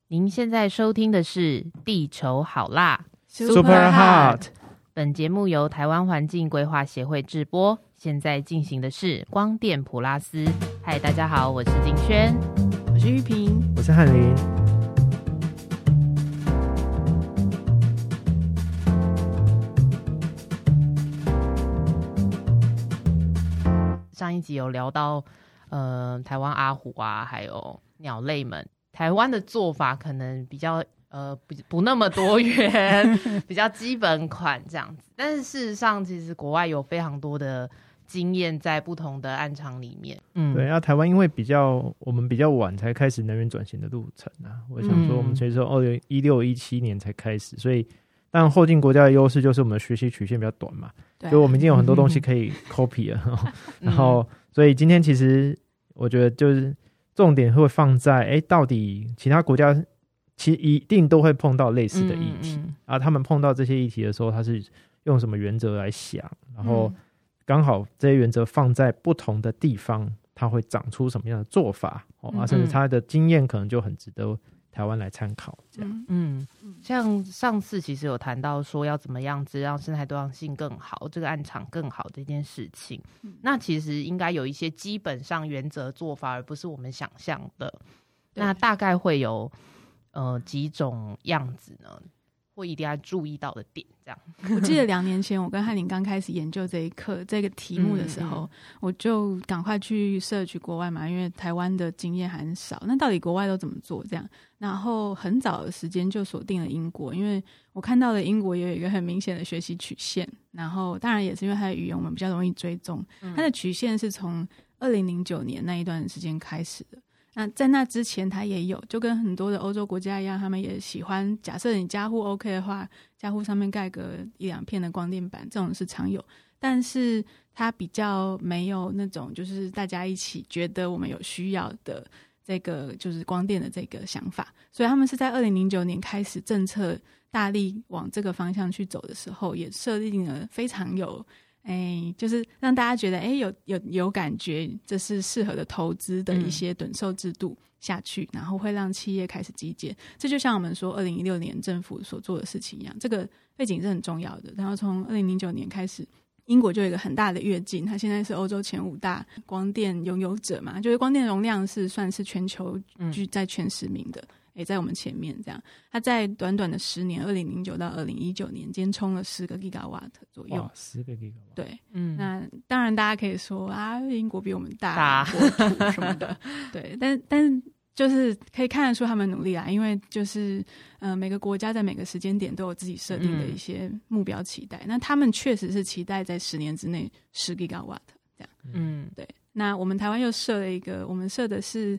您现在收听的是《地球好辣》 Super Hot。 本节目由台湾环境规划协会制播，现在进行的是光电普拉斯。嗨，大家好，我是景轩， 我是玉萍， 我是翰林。 上一集有聊到台湾阿虎啊，还有鸟类们，台湾的做法可能比较不那么多元比较基本款这样子，但是事实上其实国外有非常多的经验在不同的案场里面。 对啊，台湾因为我们比较晚才开始能源转型的路程啊，我想说我们其实2016、17年才开始，所以当然后进国家的优势就是我们的学习曲线比较短嘛，所以我们已经有很多东西可以 copy 了然后所以今天其实我觉得就是重点会放在到底其他国家其实一定都会碰到类似的议题啊，他们碰到这些议题的时候他是用什么原则来想，然后刚好这些原则放在不同的地方它会长出什么样的做法甚至他的经验可能就很值得台湾来参考这样。 像上次其实有谈到说要怎么样子让生态多样性更好，这个案场更好这件事情，那其实应该有一些基本上原则做法，而不是我们想象的。那大概会有几种样子呢？或一定要注意到的点这样。 我记得2年前我跟翰林刚开始研究这个题目的时候，我就赶快去search国外嘛，因为台湾的经验还很少，那到底国外都怎么做这样，然后很早的时间就锁定了英国，因为我看到了英国也有一个很明显的学习曲线，然后当然也是因为它的语言我们比较容易追踪，它的曲线是从2009年那一段时间开始的。那在那之前它也有，就跟很多的欧洲国家一样，他们也喜欢，假设你家户 OK 的话，家户上面盖个1-2片的光电板，这种是常有，但是它比较没有那种就是大家一起觉得我们有需要的这个就是光电的这个想法，所以他们是在2009年开始政策大力往这个方向去走的时候，也设定了非常有就是让大家觉得有感觉这是适合的投资的一些趸售制度下去，然后会让企业开始集结，这就像我们说2016年政府所做的事情一样，这个背景是很重要的。然后从2009年开始，英国就有一个很大的跃进，它现在是欧洲前5大光电拥有者嘛，就是光电容量是算是全球居在前10名的，也在我们前面这样。它在短短的10年2009到2019年间冲了10个 gigawatt 左右。 哇，10个 gigawatt。 对，那当然大家可以说啊，英国比我们大国土什么的对，但就是可以看得出他们努力啦，因为就是每个国家在每个时间点都有自己设定的一些目标期待，那他们确实是期待在10年之内10 gigawatt 这样。对，那我们台湾又设了一个，我们设的是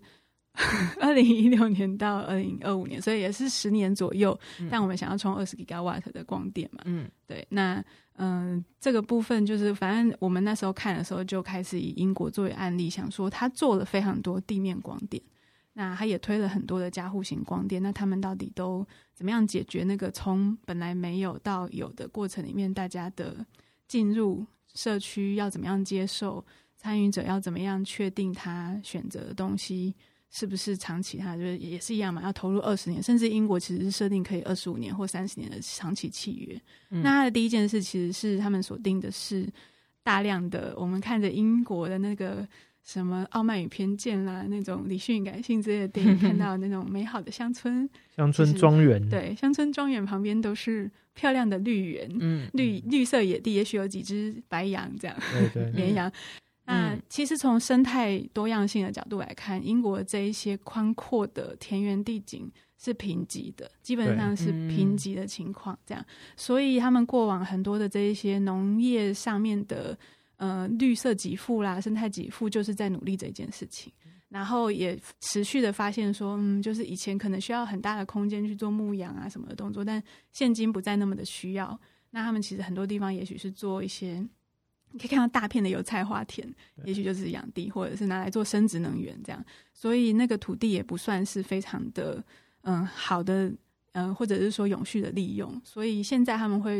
2016年到2025年，所以也是10年左右，但我们想要冲20 gigawatt 的光电嘛。对，那这个部分就是反正我们那时候看的时候就开始以英国作为案例，想说他做了非常多地面光电，那他也推了很多的家户型光电，那他们到底都怎么样解决那个从本来没有到有的过程里面，大家的进入社区要怎么样接受，参与者要怎么样确定他选择的东西是不是长期，他就是也是一样嘛，要投入20年，甚至英国其实是设定可以25年或30年的长期契约。那他的第一件事其实是他们锁定的是大量的，我们看着英国的那个什么《傲慢与偏见》啦，那种理性与感性之类的电影看到那种美好的乡村庄园， 对，乡村庄园旁边都是漂亮的绿园，绿色野地，也许有几只白羊这样，对绵羊。那其实从生态多样性的角度来看，英国这一些宽阔的田园地景是贫瘠的，基本上是贫瘠的情况这样，所以他们过往很多的这一些农业上面的绿色给付啦，生态给付，就是在努力这件事情，然后也持续的发现说就是以前可能需要很大的空间去做牧养啊什么的动作，但现今不再那么的需要，那他们其实很多地方也许是做一些你可以看到大片的油菜花田，也许就是养地或者是拿来做生质能源这样，所以那个土地也不算是非常的好的或者是说永续的利用，所以现在他们会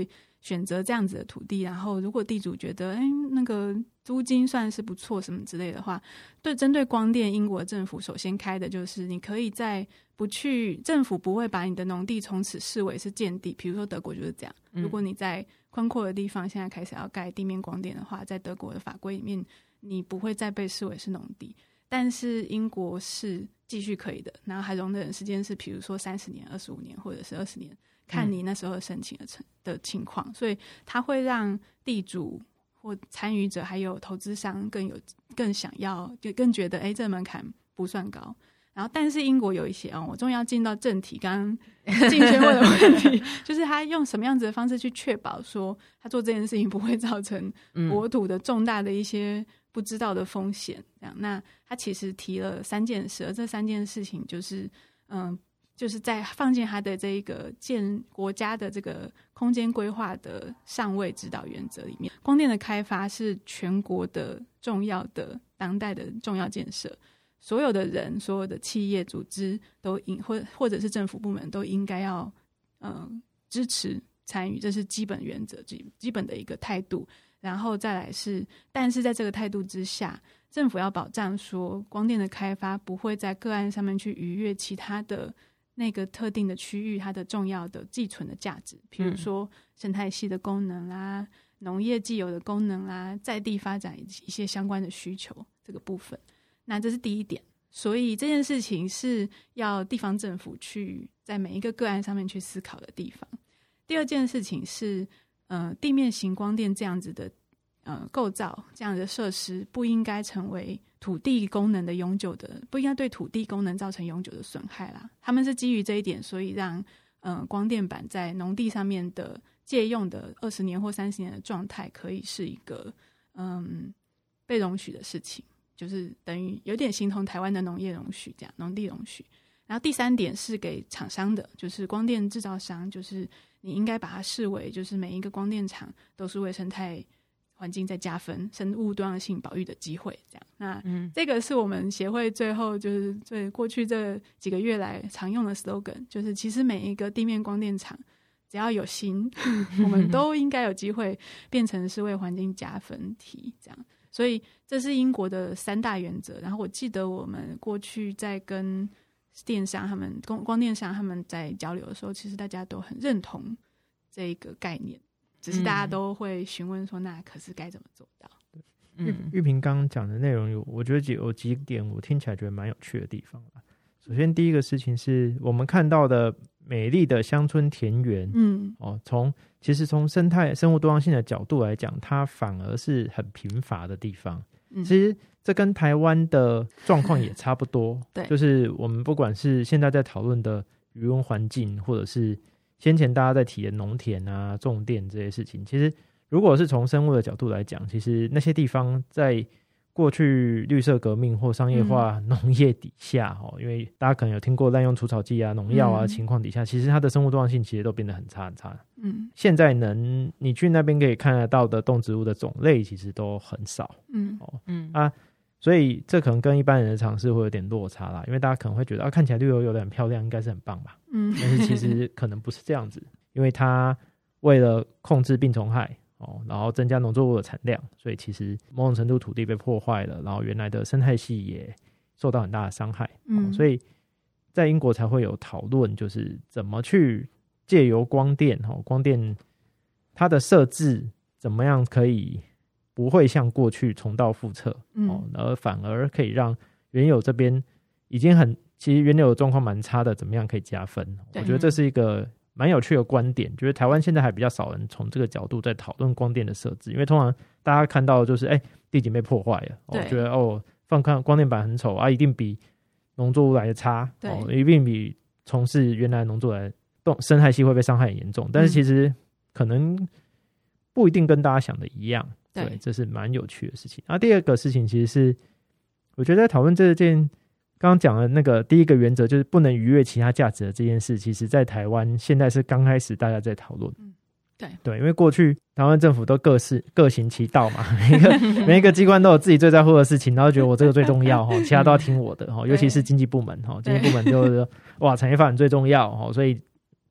选择这样子的土地，然后如果地主觉得那个租金算是不错什么之类的话，针对光电，英国政府首先开的就是你可以在政府不会把你的农地从此视为是建地，比如说德国就是这样，如果你在宽阔的地方现在开始要盖地面光电的话，在德国的法规里面你不会再被视为是农地，但是英国是继续可以的，然后还容忍时间是比如说30年、25年或者是20年，看你那时候申请的情况，所以它会让地主或参与者还有投资商更想要，就更觉得这门槛不算高。然后但是英国有一些我终于要进到正题，刚刚进先问的问题就是他用什么样子的方式去确保说他做这件事情不会造成国土的重大的一些不知道的风险，这样。那他其实提了3件事，而这3件事情就是在放进他的这个国家的这个空间规划的上位指导原则里面。光电的开发是全国的重要的当代的重要建设，所有的人、所有的企业组织都或者是政府部门都应该要支持参与，这是基本原则、基本的一个态度。然后再来但是在这个态度之下，政府要保障说光电的开发不会在个案上面去逾越其他的那个特定的区域它的重要的寄存的价值，比如说生态系的功能啦、农业既有的功能啦、在地发展一些相关的需求这个部分。那这是第一点，所以这件事情是要地方政府去在每一个个案上面去思考的地方。第二件事情是地面型光电这样子的构造，这样的设施不应该成为土地功能的不应该对土地功能造成永久的损害啦。他们是基于这一点，所以让光电板在农地上面的借用的20年或30年的状态可以是一个被容许的事情，就是等于有点形同台湾的农业容许这样，农地容许。然后第3点是给厂商的，就是光电制造商，就是你应该把它视为就是每一个光电厂都是为生态环境在加分生物多样性保育的机会这样。那这个是我们协会最后就是过去这几个月来常用的 slogan， 就是其实每一个地面光电厂只要有心我们都应该有机会变成是为环境加分题这样。所以这是英国的3大原则。然后我记得我们过去在跟电商光电商他们在交流的时候，其实大家都很认同这个概念，只是大家都会询问说那可是该怎么做到。 玉萍刚刚讲的内容我觉得有几点我听起来觉得蛮有趣的地方啦。首先第一个事情是我们看到的美丽的乡村田园，其实从生态生物多样性的角度来讲，它反而是很贫乏的地方。其实这跟台湾的状况也差不多对， 就是我们不管是现在在讨论的渔温环境，或者是先前大家在提的农田啊、种电这些事情，其实如果是从生物的角度来讲，其实那些地方在过去绿色革命或商业化农业底下，因为大家可能有听过滥用除草剂啊、农药啊情况底下，其实它的生物多样性其实都变得很差很差。现在你去那边可以看得到的动植物的种类其实都很少。所以这可能跟一般人的尝试会有点落差啦，因为大家可能会觉得看起来绿油油的很漂亮，应该是很棒吧。但是其实可能不是这样子，因为它为了控制病虫害然后增加农作物的产量，所以其实某种程度土地被破坏了，然后原来的生态系也受到很大的伤害。所以在英国才会有讨论，就是怎么去借由光电它的设置怎么样可以不会像过去重蹈覆辙，而反而可以让原有这边已经其实原有的状况蛮差的，怎么样可以加分。我觉得这是一个蛮有趣的观点，觉得台湾现在还比较少人从这个角度在讨论光电的设置，因为通常大家看到的就是地景被破坏了，觉得放光电板很丑啊，一定比农作物来的差，一定比从事原来农作物来生态系会被伤害很严重，但是其实可能不一定跟大家想的一样。对，这是蛮有趣的事情。第二个事情其实是我觉得在讨论这件刚刚讲的那个第一个原则，就是不能逾越其他价值的这件事，其实在台湾现在是刚开始大家在讨论。对，因为过去台湾政府都各行其道嘛，每一个机关都有自己最在乎的事情，然后觉得我这个最重要，其他都要听我的，尤其是经济部门，经济部门就是哇产业发展最重要，所以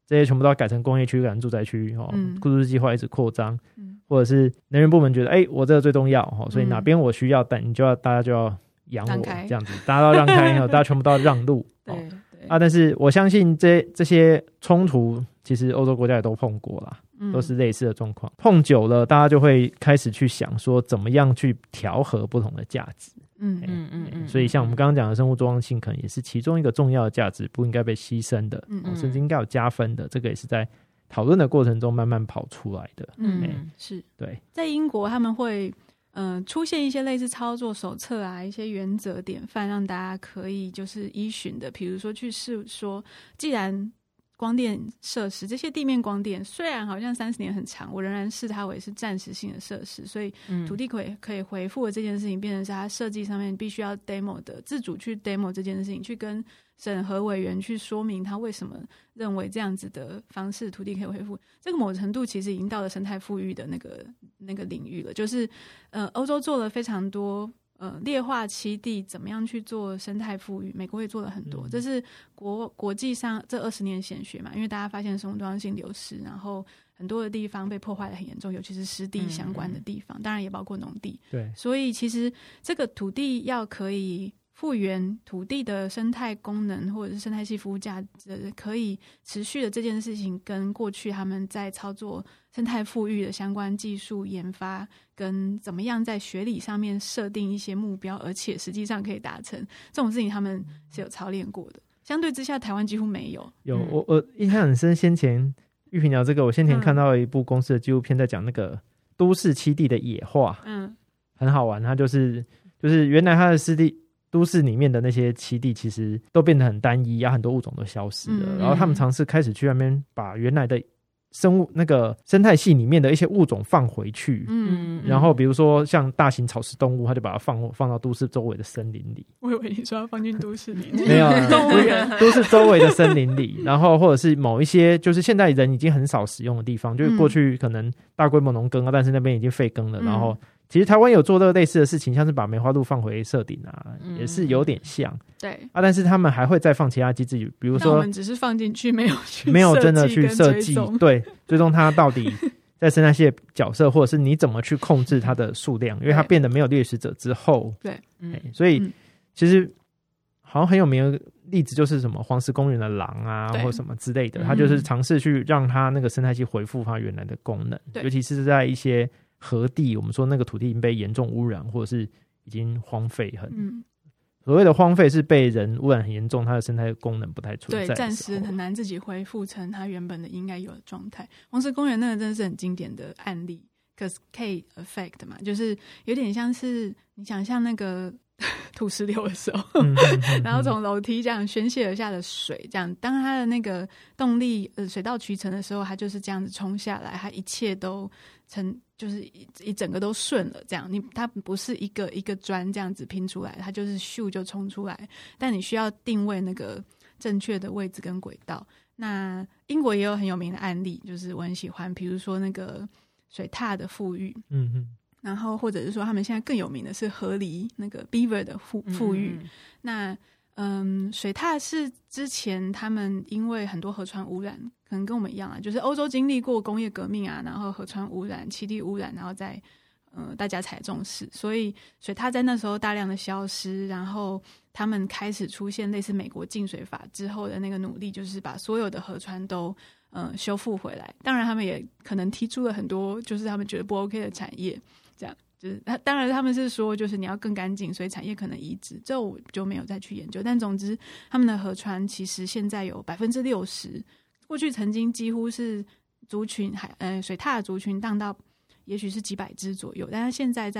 这些全部都要改成工业区、改成住宅区都市计划一直扩张，或者是能源部门觉得我这个最重要所以哪边我需要，但你就要大家就要养我这样子，大家都要让开大家全部都要让路对但是我相信这些冲突其实欧洲国家也都碰过啦，都是类似的状况，碰久了大家就会开始去想说怎么样去调和不同的价值。所以像我们刚刚讲的生物多样性可能也是其中一个重要的价值，不应该被牺牲的甚至应该有加分的，这个也是在讨论的过程中慢慢跑出来的。 是对，在英国他们会出现一些类似操作手册啊，一些原则典范，让大家可以就是依循的。比如说去试说，既然光电设施这些地面光电虽然好像30年很长，我仍然视它为是暂时性的设施，所以土地可以回复的这件事情变成是它设计上面必须要 demo 的，自主去 demo 这件事情，去跟审核委员去说明他为什么认为这样子的方式土地可以恢复。这个某程度其实已经到了生态富裕的那个领域了，就是欧洲做了非常多劣化栖地怎么样去做生态富裕，美国也做了很多，这是国际上这20年显学嘛，因为大家发现生物多样性流失，然后很多的地方被破坏得很严重，尤其是湿地相关的地方，当然也包括农地。对，所以其实这个土地要可以复原土地的生态功能或者是生态系服务价值可以持续的这件事情，跟过去他们在操作生态富裕的相关技术研发跟怎么样在学理上面设定一些目标，而且实际上可以达成这种事情，他们是有操练过的。相对之下台湾几乎没有。 我印象很深，先前玉萍聊这个，我先前看到一部公司的纪录片在讲那个都市栖地的野化，很好玩。它就是原来它的湿地都市里面的那些栖地其实都变得很单一很多物种都消失了，然后他们尝试开始去那边把原来的生物那个生态系里面的一些物种放回去，然后比如说像大型草食动物，他就把它放到都市周围的森林里。 我以为你说要放进都市里， 没有动物园都市周围的森林里，然后或者是某一些就是现在人已经很少使用的地方，就是过去可能大规模农耕但是那边已经废耕了，然后其实台湾有做类似的事情，像是把梅花鹿放回社顶也是有点像。对但是他们还会再放其他机制，比如说我们只是放进去，没有真的去设计，对，追踪它到底在生态系的角色，或者是你怎么去控制它的数量，因为它变得没有掠食者之后，对，所以其实好像很有名的例子就是什么黄石公园的狼或什么之类的，它就是尝试去让它那个生态系恢复它原来的功能，尤其是在一些河地，我们说那个土地已经被严重污染，或者是已经荒废所谓的荒废是被人污染很严重，它的生态功能不太存在，对， 暂时很难自己恢复成它原本的应该有的状态。黄石公园那个真的是很经典的案例 ，Cascade Effect 嘛，就是有点像是你想象那个土石流的时候，然后从楼梯这样宣泄而下的水，这样当它的那个动力水到渠成的时候，它就是这样子冲下来，它一切都就是一整个都顺了，这样它不是一个一个砖这样子拼出来，它就是咻就冲出来，但你需要定位那个正确的位置跟轨道。那英国也有很有名的案例，就是我很喜欢，比如说那个水獭的富裕，然后或者是说他们现在更有名的是河狸那个 beaver 的富裕。那水獭是之前他们因为很多河川污染，可能跟我们一样就是欧洲经历过工业革命然后河川污染、栖地污染，然后再大家才重视，所以水獭在那时候大量的消失，然后他们开始出现类似美国净水法之后的那个努力，就是把所有的河川都修复回来。当然他们也可能提出了很多就是他们觉得不 OK 的产业，这样就是当然他们是说就是你要更干净，所以产业可能移植，这我就没有再去研究。但总之他们的河川其实现在有 60%， 过去曾经几乎是族群水獭的族群荡到也许是几百只左右，但是现在在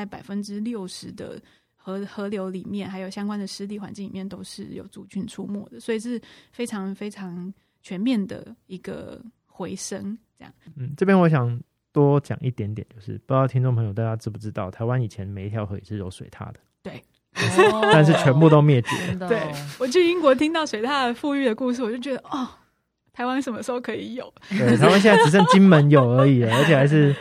60% 的河流里面还有相关的湿地环境里面都是有族群出没的，所以是非常非常全面的一个回升这样。 这边我想多讲一点点，就是不知道听众朋友大家知不知道，台湾以前每一条河也是有水獭的， 对， 但是全部都灭绝了。 对，我去英国听到水獭富裕的故事，我就觉得台湾什么时候可以有？ 对，台湾现在只剩金门有而已了，而且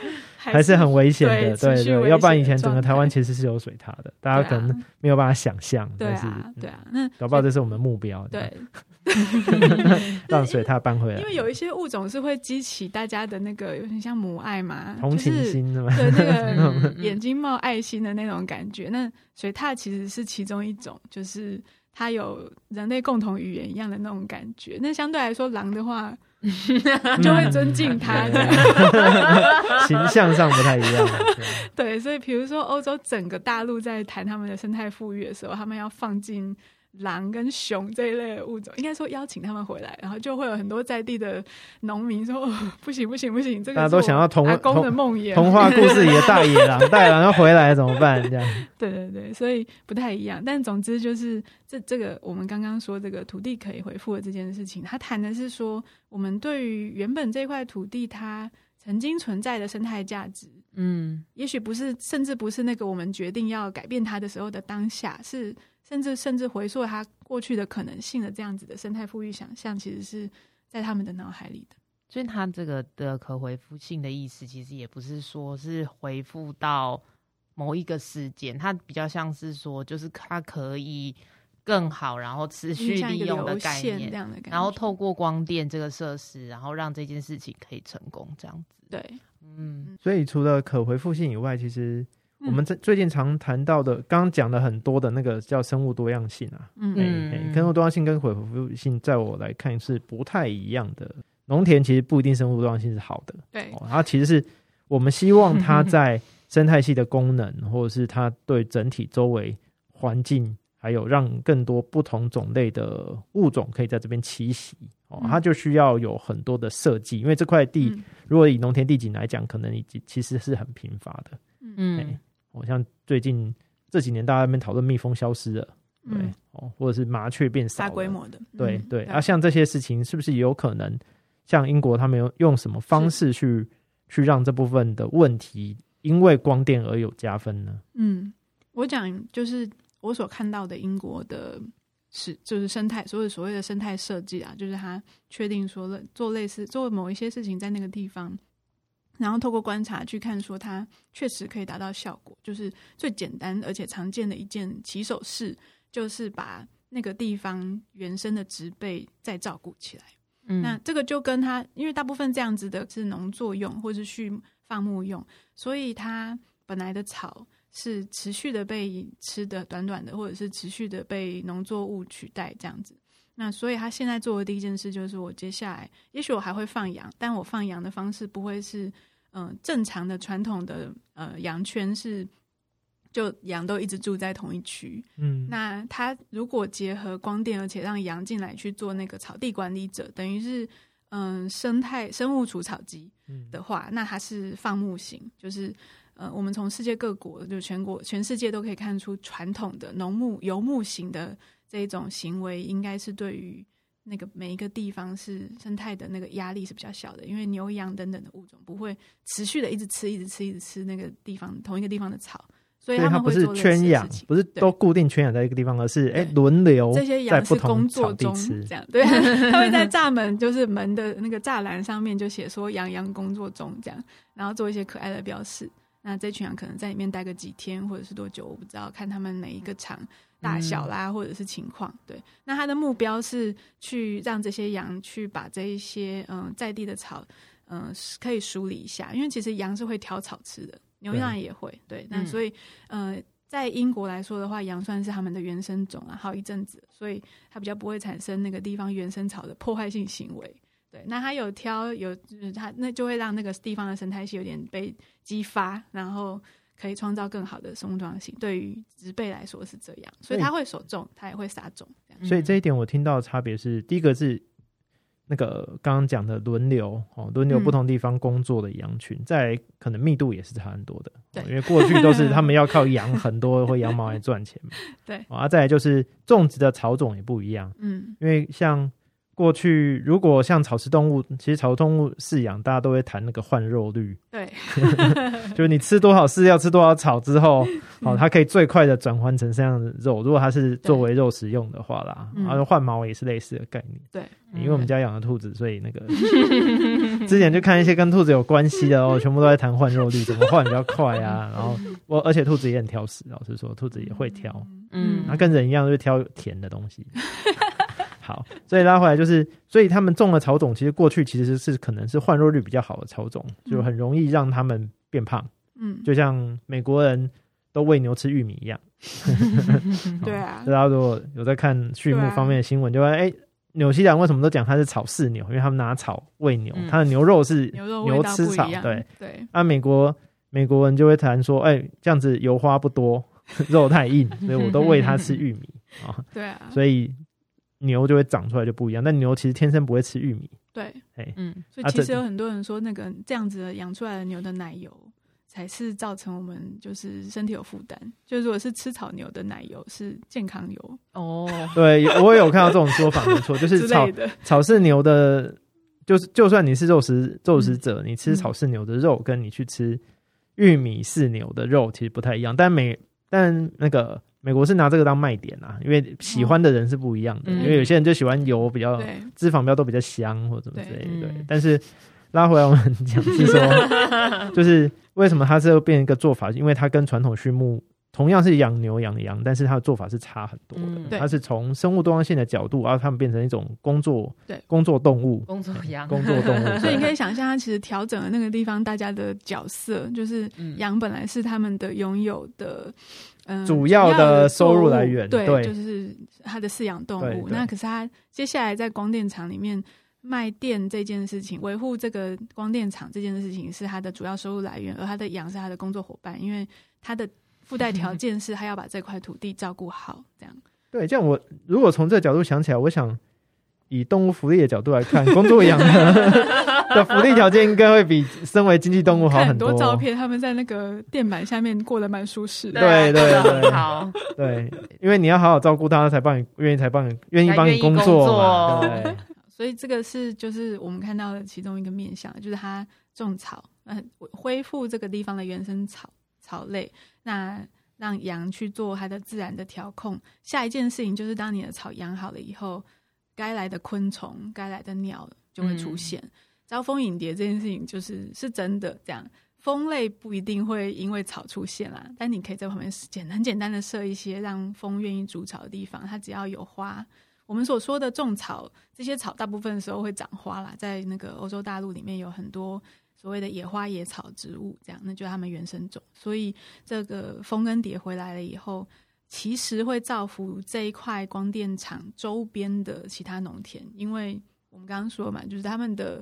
还是很危险的，对对，要不然以前整个台湾其其实是有水塔的，大家可能没有办法想象， 对啊， 对啊，那搞不好这是我们的目标， 对。 让水獭搬回来， 因为有一些物种是会激起大家的那个有点像母爱嘛， 同情心的嘛， 对，那个眼睛冒爱心的那种感觉。那水獭其实是其中一种，就是它有人类共同语言一样的那种感觉。那相对来说，狼的话就会尊敬它的形象上不太一样。 对，所以比如说欧洲整个大陆在谈他们的生态富裕的时候，他们要放进狼跟熊这一类的物种，应该说邀请他们回来，然后就会有很多在地的农民说：“哦，不行不行不行，这个大家都想要阿公的梦魇， 童话故事里的大野狼，大野狼要回来怎么办？”这样， 对对对，所以不太一样。但总之就是这个我们刚刚说这个土地可以回复的这件事情，他谈的是说，我们对于原本这块土地它曾经存在的生态价值，也许不是，甚至不是那个我们决定要改变它的时候的当下，是。甚至回溯它过去的可能性的这样子的生态富裕想象，其实是在他们的脑海里的。 所以它这个的可回复性的意思，其实也不是说是回复到某一个事件，它比较像是说，就是它可以更好，然后持续利用的概念，然后透过光电这个设施，然后让这件事情可以成功，这样子。 对， 所以除了可回复性以外，其实我们最近常谈到的，刚刚讲了很多的那个叫生物多样性啊，生物多样性跟回复性，在我来看是不太一样的。农田其实不一定生物多样性是好的， 对， 它其实是我们希望它在生态系的功能，或者是它对整体周围环境，还有让更多不同种类的物种可以在这边栖息，它就需要有很多的设计，因为这块地如果以农田地景来讲，可能其实是很贫乏的，像最近这几年大家在那边讨论蜜蜂消失了，对，或者是麻雀变少了， 大规模的， 对对，像这些事情是不是也有可能像英国他们用什么方式去让这部分的问题因为光电而有加分呢？ 我讲就是我所看到的英国的就是生态，所谓的生态设计啊，就是他确定说做某一些事情在那个地方，然后透过观察去看说它确实可以达到效果。就是最简单而且常见的一件起手式，就是把那个地方原生的植被再照顾起来。那这个就跟它，因为大部分这样子的是农作用或是畜放牧用，所以它本来的草是持续的被吃的短短的，或者是持续的被农作物取代这样子。那所以他现在做的第一件事就是我接下来也许我还会放羊，但我放羊的方式不会是正常的传统的羊圈，是就羊都一直住在同一区。那他如果结合光电，而且让羊进来去做那个草地管理者，等于是生物除草机的话，那它是放牧型，就是我们从世界各国就全世界都可以看出，传统的游牧型的这一种行为，应该是对于那个每一个地方是生态的那个压力是比较小的，因为牛羊等等的物种不会持续的一直吃那个地方同一个地方的草，所以他们会做类似的事情，不是圈养， 不是都固定圈养在一个地方，而是轮流这些羊是工作中这样，对，他会在栅门就是门的那个栅栏上面就写说羊工作中这样，然后做一些可爱的标示。那这群羊可能在里面待个几天或者是多久我不知道，看他们每一个场大小啦或者是情况。对，那他的目标是去让这些羊去把这一些在地的草可以梳理一下，因为其实羊是会挑草吃的，牛羊也会。对，那所以在英国来说的话，羊算是他们的原生种啊，好一阵子，所以它比较不会产生那个地方原生草的破坏性行为。对，那它就是它那就会让那个地方的生态系有点被激发，然后可以创造更好的生物多样性。对于植被来说是这样，所以它会手种，它也会撒种。 所以这一点我听到的差别是，第一个是那个刚刚讲的轮流不同地方工作的羊群，再来可能密度也是差很多的。对，因为过去都是他们要靠羊很多或羊毛来赚钱嘛。 对， 再来就是种植的草种也不一样。因为像过去如果像草食动物，其实草食动物饲养大家都会谈那个换肉率， 对， 就是你吃多少饲料吃多少草之后，它可以最快的转换成这样的肉，如果它是作为肉食用的话啦，然后换毛也是类似的概念。 对， 因为我们家养的兔子，所以那个之前就看一些跟兔子有关系的全部都在谈换肉率，怎么换比较快啊，然后而且兔子也很挑食，老实说兔子也会挑，它跟人一样就是挑甜的东西。好，所以拉回来就是，所以他们种的草种，其实过去其实是可能是换肉率比较好的草种，就很容易让他们变胖。就像美国人都喂牛吃玉米一样。 对啊， 大家如果有在看畜牧方面的新闻，就会纽西兰为什么都讲它是草饲牛，因为他们拿草喂牛，它的牛肉是牛吃草，对。美国人就会谈说，这样子油花不多，肉太硬，所以我都喂它吃玉米啊。 对啊， 所以牛就会长出来就不一样，但牛其实天生不会吃玉米。 对，所以其实有很多人说，那个这样子的养出来的牛的奶油才是造成我们就是身体有负担，就如果是吃草牛的奶油是健康油哦。 对，我也有看到这种说法，没错，就是草饲牛的，就算你是肉食者，你吃草饲牛的肉，跟你去吃玉米饲牛的肉其实不太一样，但那个美国是拿这个当卖点啊，因为喜欢的人是不一样的，因为有些人就喜欢油比较脂肪比较多比较香或者什么之类的，对。但是拉回来我们讲是说，就是为什么它是变一个做法，因为它跟传统畜牧同样是养牛养羊，但是它的做法是差很多的。它是从生物多样性的角度，然后它们变成一种工作动物、工作动物。 所以你可以想象，它其实调整了那个地方大家的角色，就是羊本来是他们的拥有的。 主要的收入来源， 对，就是它的饲养动物。那可是它接下来在光电厂里面卖电这件事情，维护这个光电厂这件事情是它的主要收入来源，而它的羊是它的工作伙伴，因为它的附带条件是它要把这块土地照顾好，这样。对， 这样我如果从这个角度想起来，我想以动物福利的角度来看，工作羊的福利条件应该会比身为经济动物好很多。 看很多照片，他们在那个垫板下面过得蛮舒适的。 对，好，对，因为你要好好照顾它，才愿意帮你工作嘛。对， 所以这个是就是我们看到的其中一个面向，就是它种草，恢复这个地方的原生草类，那让羊去做它的自然的调控。下一件事情就是当你的草养好了以后，该来的昆虫、该来的鸟就会出现。招蜂引蝶这件事情是真的，这样蜂类不一定会因为草出现啦，但你可以在旁边很简单的设一些让蜂愿意筑巢的地方，它只要有花。我们所说的种草，这些草大部分的时候会长花啦，在那个欧洲大陆里面有很多所谓的野花野草植物，这样那就是它们原生种。所以这个蜂跟蝶回来了以后，其实会造福这一块光电厂周边的其他农田，因为我们刚刚说嘛，就是他们的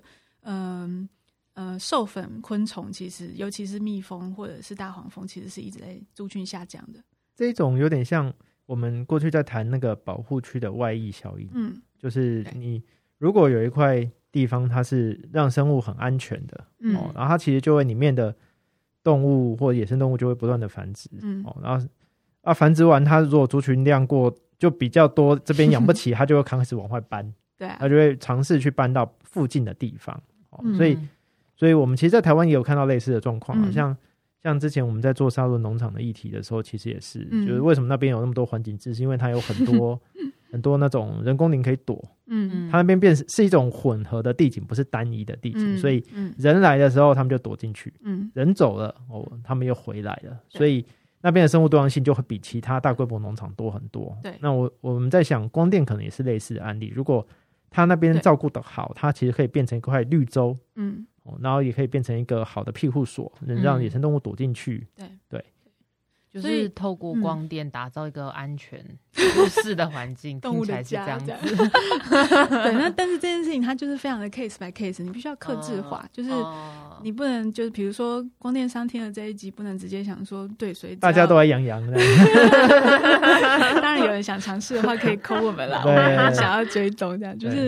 授粉昆虫，其实尤其是蜜蜂或者是大黄蜂，其实是一直在族群下降的。 这种有点像我们过去在谈那个保护区的外溢效应，就是你如果有一块地方它是让生物很安全的，然后它其实就会里面的动物或野生动物就会不断的繁殖，然后繁殖完它如果族群量过就比较多，这边养不起它就会开始往外搬， 对， 它就会尝试去搬到附近的地方，所以我们其实在台湾也有看到类似的状况，像之前我们在做沙仑农场的议题的时候，其实也是，就是为什么那边有那么多环境知识，因为它有很多很多那种人工林可以躲，它那边是一种混合的地景，不是单一的地景，所以人来的时候他们就躲进去，人走了他们又回来了，所以那边的生物多样性就会比其他大规模农场多很多。 对， 那我们在想，光电可能也是类似的案例，如果他那边照顾得好，它其实可以变成一块绿洲，然后也可以变成一个好的庇护所，能让野生动物躲进去。对， 就是透过光电打造一个安全舒适的环境， 动物的家听起来是这样子。对，那但是这件事情它就是非常的 case by case， 你必须要客制化，就是你不能就是比如说光电商听了这一集，不能直接想说对，所以大家都来养羊的。 当然有人想尝试的话，可以 call 我们啦，我们想要追踪这样，就是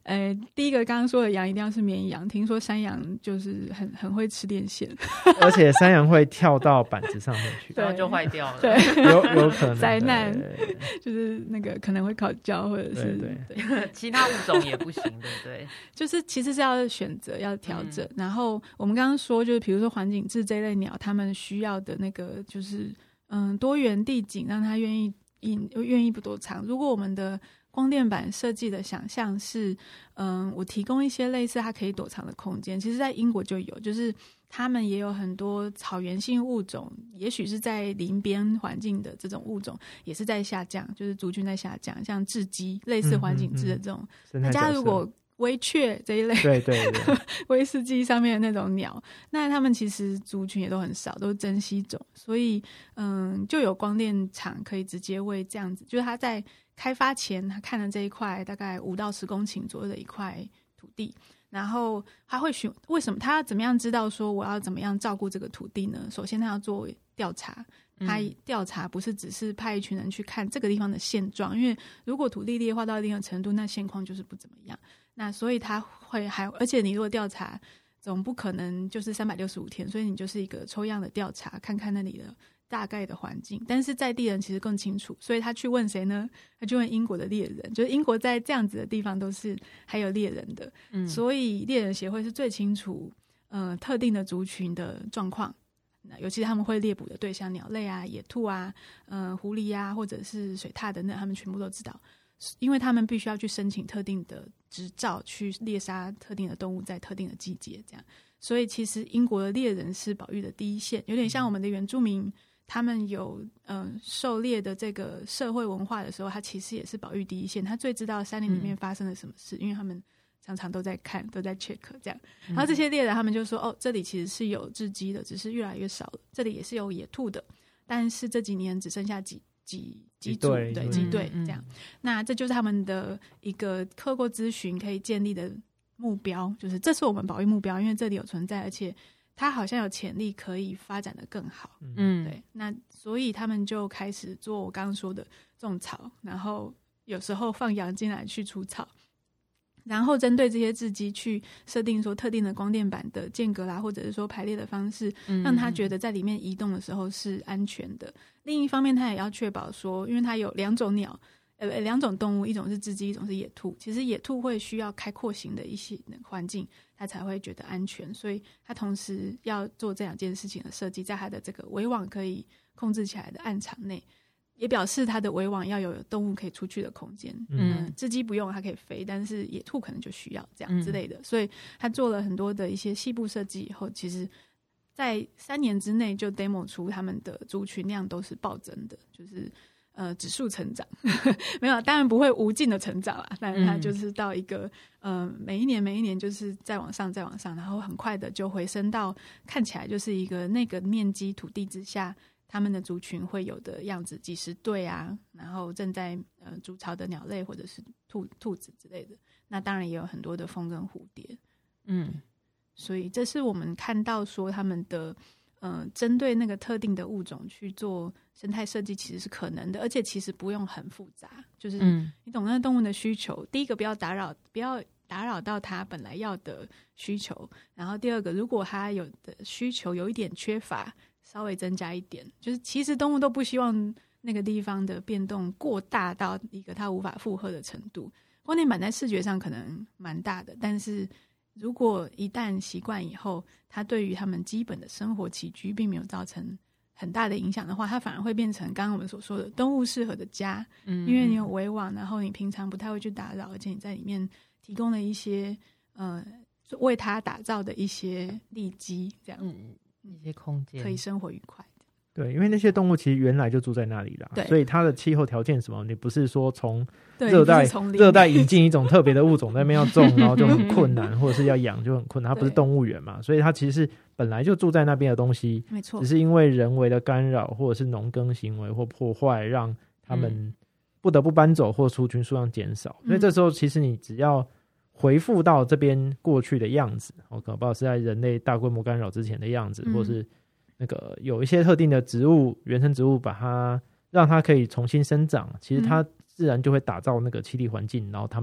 第一个刚刚说的羊一定要是绵羊，听说山羊就是很会吃电线， 而且山羊会跳到板子上面去， 然后就坏掉了。 对， 有可能灾难，就是那个可能会烤焦，或者是对其他物种也不行，对不对？ 就是其实是要选择要调整。然后我们刚刚说，就是比如说环景雉这类鸟，它们需要的那个就是多元地景，让它愿意不躲藏。如果我们的光电板设计的想象是我提供一些类似它可以躲藏的空间，其实在英国就有，就是他们也有很多草原性物种，也许是在林边环境的这种物种也是在下降，就是族群在下降，像雉鸡类似环景雉的这种，大家如果微雀这一类， 对威士忌上面的那种鸟，那他们其实族群也都很少，都是珍稀种，所以就有光电厂可以直接为这样子，就是他在开发前他看了这一块大概5到10公顷左右的一块土地，然后他会为什么他要怎么样知道说我要怎么样照顾这个土地呢？首先他要做调查，他调查不是只是派一群人去看这个地方的现状，因为如果土地劣化到一定的程度，那现况就是不怎么样。那所以他会而且你如果调查总不可能就是365天，所以你就是一个抽样的调查，看看那里的大概的环境，但是在地人其实更清楚，所以他去问谁呢？他去问英国的猎人，就是英国在这样子的地方都是还有猎人的，所以猎人协会是最清楚特定的族群的状况，尤其是他们会猎捕的对象，鸟类啊、野兔啊、狐狸啊，或者是水獭等等，他们全部都知道，因为他们必须要去申请特定的执照，去猎杀特定的动物在特定的季节，这样。所以其实英国的猎人是保育的第一线，有点像我们的原住民，他们有狩猎的这个社会文化的时候，他其实也是保育第一线，他最知道山林里面发生了什么事，因为他们常常都在看，都在 check 这样。然后这些猎人他们就说，这里其实是有雉鸡的，只是越来越少了，这里也是有野兔的，但是这几年只剩下几组，对，几对这样。那这就是他们的一个透过咨询可以建立的目标，就是这是我们保育目标，因为这里有存在，而且它好像有潜力可以发展得更好。对。那所以他们就开始做我刚刚说的种草，然后有时候放羊进来去除草，然后针对这些雉鸡去设定说特定的光电板的间隔啦，或者是说排列的方式，让他觉得在里面移动的时候是安全的。另一方面他也要确保说，因为他有2种鸟2种动物，一种是雉鸡，一种是野兔，其实野兔会需要开阔型的一些环境他才会觉得安全，所以他同时要做这2件事情的设计，在他的这个围网可以控制起来的暗场内，也表示它的围网要有动物可以出去的空间。雉鸡不用，它可以飞，但是野兔可能就需要这样之类的。所以他做了很多的一些细部设计以后，其实在3年之内就 demo 出他们的族群量都是暴增的，就是指数成长没有，当然不会无尽的成长啦，但是它就是到一个每一年就是再往上，然后很快的就回升到看起来就是一个那个面积土地之下他们的族群会有的样子，几十对啊，然后正在筑巢的鸟类或者是兔子之类的，那当然也有很多的蜂跟蝴蝶。所以这是我们看到说他们的针对那个特定的物种去做生态设计其实是可能的，而且其实不用很复杂，就是你懂那个动物的需求，第一个不要打扰到它本来要的需求，然后第二个如果它有的需求有一点缺乏，稍微增加一点，就是其实动物都不希望那个地方的变动过大到一个它无法负荷的程度。光电板在视觉上可能蛮大的，但是如果一旦习惯以后，它对于他们基本的生活起居并没有造成很大的影响的话，它反而会变成刚刚我们所说的动物适合的家。因为你有围网，然后你平常不太会去打扰，而且你在里面提供了一些为它打造的一些利基，这样一些空间可以生活愉快。 对，因为那些动物其实原来就住在那里啦，所以它的气候条件什么，你不是说从热带引进一种特别的物种在那边要种然后就很困难或者是要养就很困难，它不是动物园嘛，所以它其实是本来就住在那边的东西， 没错， 只是因为人为的干扰或者是农耕行为或破坏让他们不得不搬走或族群数量减少，所以这时候其实你只要回复到这边过去的样子，搞不好是在人类大规模干扰之前的样子，或是那个有一些特定的植物原生植物把它让它可以重新生长，其实它自然就会打造那个栖地环境，然后它们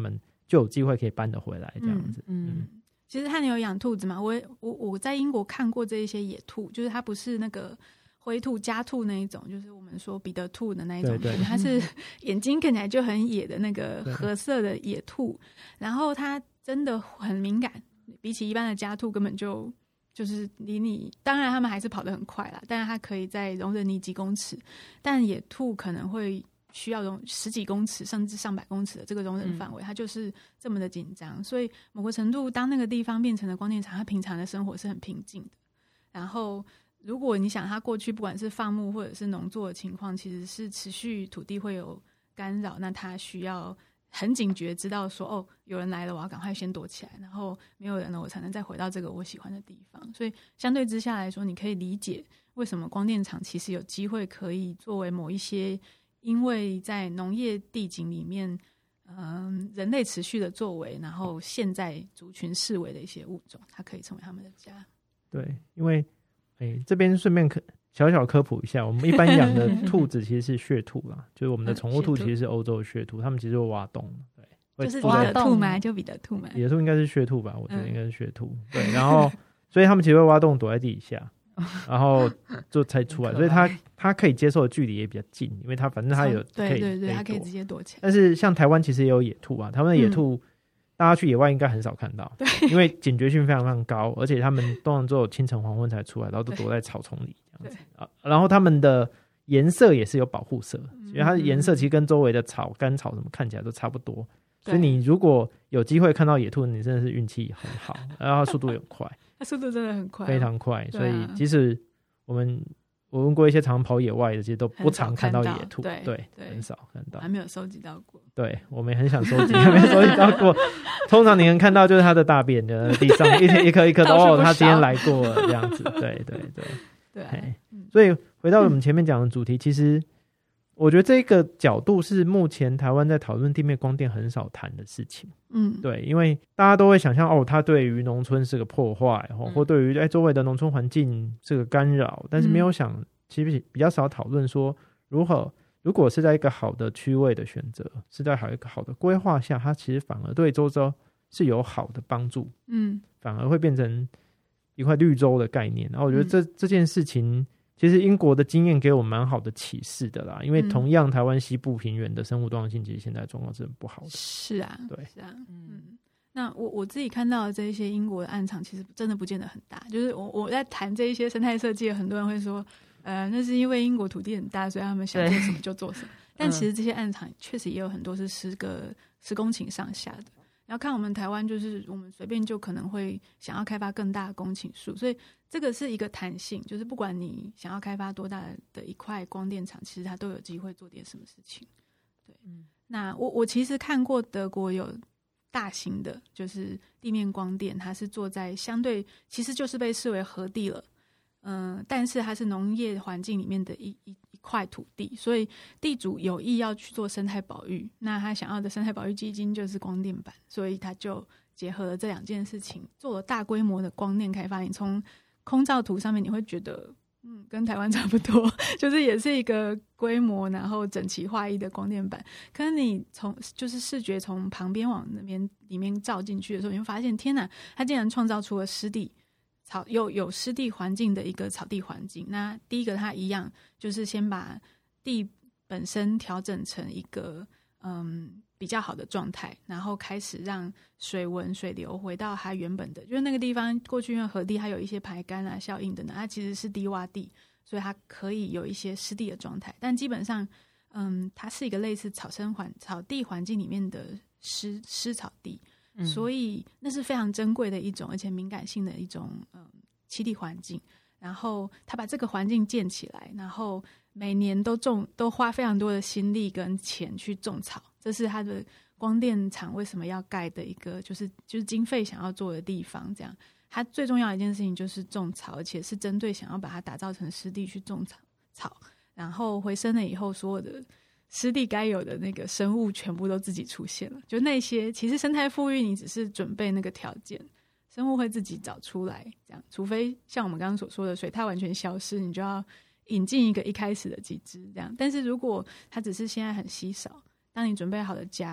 就有机会可以搬得回来这样子。 其实汉尼有养兔子嘛，我在英国看过这一些野兔，就是它不是那个灰兔、家兔那一种，就是我们说彼得兔的那一种兔，它是眼睛看起来就很野的那个褐色的野兔，然后它真的很敏感，比起一般的家兔根本就是离你，当然它们还是跑得很快啦，但是它可以在容忍你几公尺，但野兔可能会需要10几公尺甚至上百公尺的这个容忍范围，它就是这么的紧张。所以某个程度，当那个地方变成了光电场，它平常的生活是很平静的。然后如果你想它过去不管是放牧或者是农作的情况，其实是持续土地会有干扰，那它需要很警觉，知道说有人来了，我要赶快先躲起来，然后没有人了，我才能再回到这个我喜欢的地方。所以相对之下来说，你可以理解为什么光电场其实有机会可以作为某一些因为在农业地景里面人类持续的作为，然后现在族群式微的一些物种，它可以成为他们的家。 对，因为这边顺便小小科普一下，我们一般养的兔子其实是血兔啦，就是我们的宠物兔其实是欧洲的血兔，它们其实会挖洞，对， 就是彼得兔吗？就彼得兔吗？ 彼得兔应该是血兔吧，我觉得应该是血兔。对，然后所以它们其实会挖洞躲在地底下，然后就才出来，所以它可以接受的距离也比较近，因为它反正它有对，它可以直接躲起来。 但是像台湾其实也有野兔啊，台湾的野兔大家去野外应该很少看到，因为警觉性非常非常高，而且他们通常只有清晨黄昏才出来，然后都躲在草丛里这样子然后他们的颜色也是有保护色，因为它的颜色其实跟周围的草干草什么看起来都差不多，所以你如果有机会看到野兔，你真的是运气很好，然后速度也很快， 它速度真的很快， 非常快，所以即使我问过一些常跑野外的，其实都不常看到野兔，对，很少看到， 还没有收集到过。 对，我们也很想收集，还没收集到过。通常你能看到就是它的大便的地上一颗一颗的它今天来过了这样子，对。所以回到我们前面讲的主题，其实我觉得这个角度是目前台湾在讨论地面光电很少谈的事情。对，因为大家都会想象它对于农村是个破坏，或对于周围的农村环境是个干扰，但是没有想，其实比较少讨论说如果是在一个好的区位的选择，是在一个好的规划下，它其实反而对周遭是有好的帮助，反而会变成一块绿洲的概念。然后我觉得这件事情，其实英国的经验给我蛮好的启示的啦，因为同样台湾西部平原的生物多样性，其实现在状况是很不好的。 是啊， 对， 是啊，那我自己看到的这一些英国的暗场，其实真的不见得很大。就是我在谈这一些生态设计，很多人会说，那是因为英国土地很大，所以他们想做什么就做什么。但其实这些暗场确实也有很多是10公顷上下的。然后看我们台湾，就是我们随便就可能会想要开发更大的公顷数，所以这个是一个弹性，就是不管你想要开发多大的一块光电场，其实它都有机会做点什么事情。对，那我其实看过德国有大型的，就是地面光电，它是做在相对其实就是被视为核地了，但是它是农业环境里面的一块土地，所以地主有意要去做生态保育，那他想要的生态保育基金就是光电板，所以他就结合了这2件事情，做了大规模的光电开发。你从空照图上面你会觉得跟台湾差不多，就是也是一个规模然后整齐划一的光电板，可是你就是视觉从旁边往那边里面照进去的时候，你会发现天哪，它竟然创造出了湿地有湿地环境的一个草地环境。那第一个它一样就是先把地本身调整成一个比较好的状态，然后开始让水文水流回到它原本的，就是那个地方过去因为河地它有一些排干啊效应等等，它其实是低洼地，所以它可以有一些湿地的状态，但基本上它是一个类似草地环境里面的湿草地，所以那是非常珍贵的一种而且敏感性的一种栖地环境。然后他把这个环境建起来，然后每年都花非常多的心力跟钱去种草，这是他的光电厂为什么要盖的一个就是经费想要做的地方。这样他最重要的一件事情就是种草，而且是针对想要把它打造成湿地去种草，然后回升了以后，所有的湿地该有的那个生物全部都自己出现了，就那些其实生态复育你只是准备那个条件，生物会自己找出来，这样除非像我们刚刚所说的水獭完全消失，你就要引进一个一开始的机制这样。但是如果它只是现在很稀少，当你准备好的家，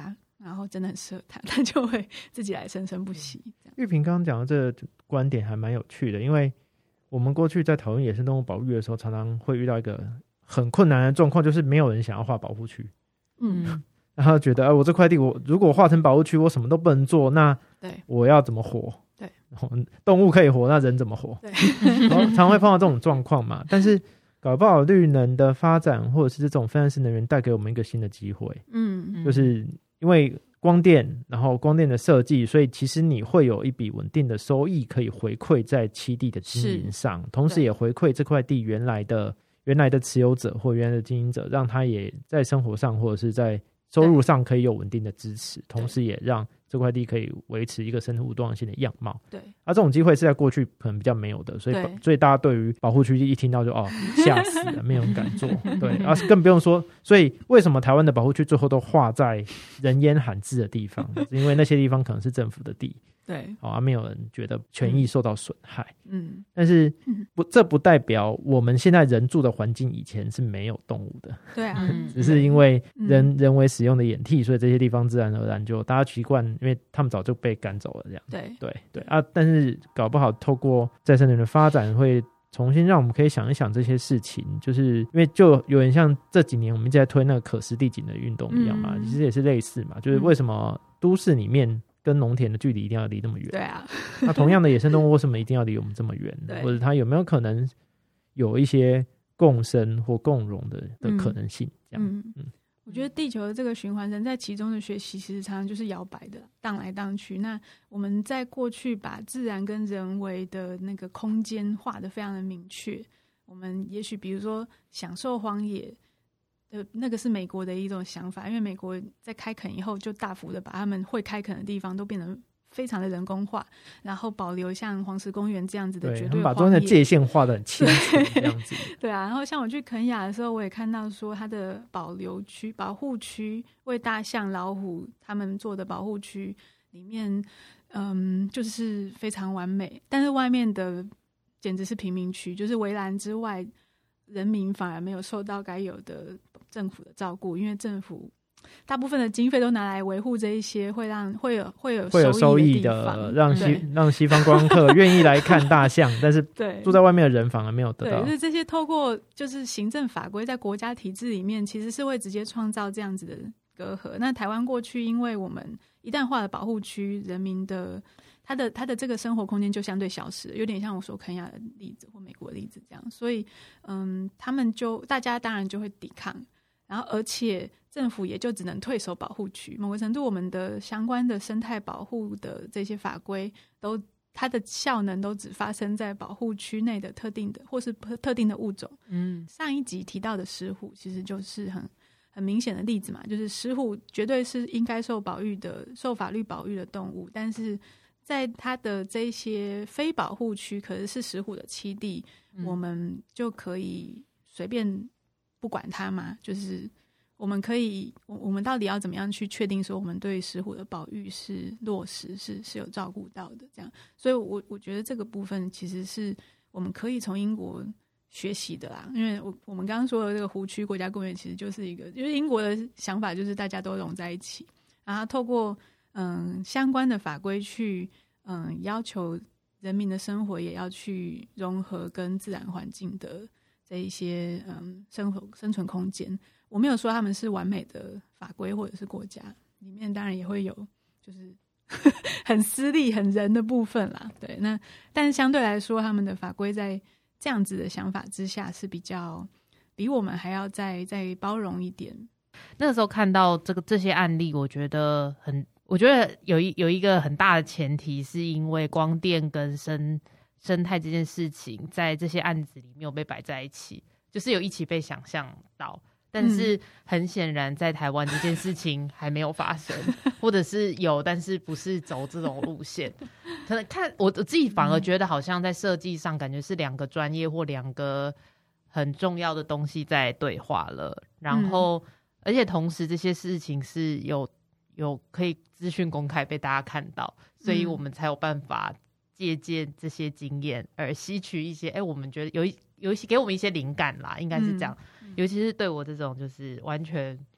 然后真的很适合他就会自己来生生不息。 玉萍刚刚讲的这个观点还蛮有趣的，因为我们过去在讨论野生动物保育的时候，常常会遇到一个很困难的状况，就是没有人想要划保护区。然后觉得我这块地我如果划成保护区，我什么都不能做，那我要怎么活？ 对， 动物可以活，那人怎么活？对，常会碰到这种状况嘛。但是搞不好绿能的发展，或者是这种分散式能源带给我们一个新的机会。就是因为光电，然后光电的设计，所以其实你会有一笔稳定的收益可以回馈在栖地的经营上，同时也回馈这块地原来的持有者或原来的经营者，让他也在生活上或者是在收入上可以有稳定的支持，同时也让这块地可以维持一个生物多样性的样貌。 对， 这种机会是在过去可能比较没有的，所以大家对于保护区一听到就吓死了，没有人敢做。对，更不用说，所以为什么台湾的保护区最后都划在人烟罕至的地方？是因为那些地方可能是政府的地。 对， 没有人觉得权益受到损害。但是这不代表我们现在人住的环境以前是没有动物的。 对啊， 只是因为人为使用的演替，所以这些地方自然而然就大家习惯，因为他们早就被赶走了这样。对但是搞不好透过再生能源的发展，会重新让我们可以想一想这些事情，就是因为就有点像这几年我们一直在推那个可实地景的运动一样嘛，其实也是类似嘛，就是为什么都市里面跟农田的距离一定要离那么远？ 对啊， 那同样的野生动物为什么一定要离我们这么远？或者它有没有可能有一些共生或共荣的可能性？这样， 我觉得地球的这个循环，人在其中的学习，其实常常就是摇摆的，荡来荡去。那我们在过去把自然跟人为的那个空间画得非常的明确。我们也许比如说享受荒野。那个是美国的一种想法，因为美国在开垦以后就大幅的把他们会开垦的地方都变成非常的人工化，然后保留像黄石公园这样子的绝对荒野， 把中间的界限画得很清楚这样子。 对啊，然后像我去肯亚的时候，我也看到说它的保护区为大象老虎他们做的保护区里面就是非常完美，但是外面的简直是贫民区，就是围栏之外人民反而没有受到该有的政府的照顾，因为政府大部分的经费都拿来维护这一些会有收益的让西方观光客愿意来看大象，但是住在外面的人反而没有得到。 对，就是这些透过就是行政法规在国家体制里面，其实是会直接创造这样子的隔阂。那台湾过去因为我们一旦划了保护区，人民的他的这个生活空间就相对消失了，有点像我说肯亚的例子或美国的例子这样，所以他们大家当然就会抵抗，然后而且政府也就只能退守保护区。某个程度，我们的相关的生态保护的这些法规它的效能都只发生在保护区内的特定的或是特定的物种。上一集提到的石虎其实就是很明显的例子嘛，就是石虎绝对是应该受法律保育的动物，但是在它的这些非保护区可是石虎的栖地，我们就可以随便不管它嘛？就是我们到底要怎么样去确定说我们对石虎的保育是落实是有照顾到的这样？所以我觉得这个部分其实是我们可以从英国学习的啦，因为我们刚刚说的这个湖区国家公园其实就是就是英国的想法，就是大家都融在一起，然后透过相关的法规去要求人民的生活也要去融合跟自然环境的这一些生存空间。我没有说他们是完美的法规或者是国家，里面当然也会有就是很私利很人的部分啦，对，但是相对来说他们的法规在这样子的想法之下是比我们还要再包容一点。 那个时候看到这些案例，我觉得有一个很大的前提，是因为光电跟生态这件事情在这些案子里面有被摆在一起，就是有一起被想象到，但是很显然在台湾这件事情还没有发生或者是有但是不是走这种路线。可能看我自己反而觉得好像在设计上感觉是两个专业或两个很重要的东西在对话了，然后而且同时这些事情是有可以资讯公开被大家看到，所以我们才有办法借鉴这些经验而吸取一些我们觉得有一些给我们一些灵感啦，应该是这样。尤其是对我这种就是完全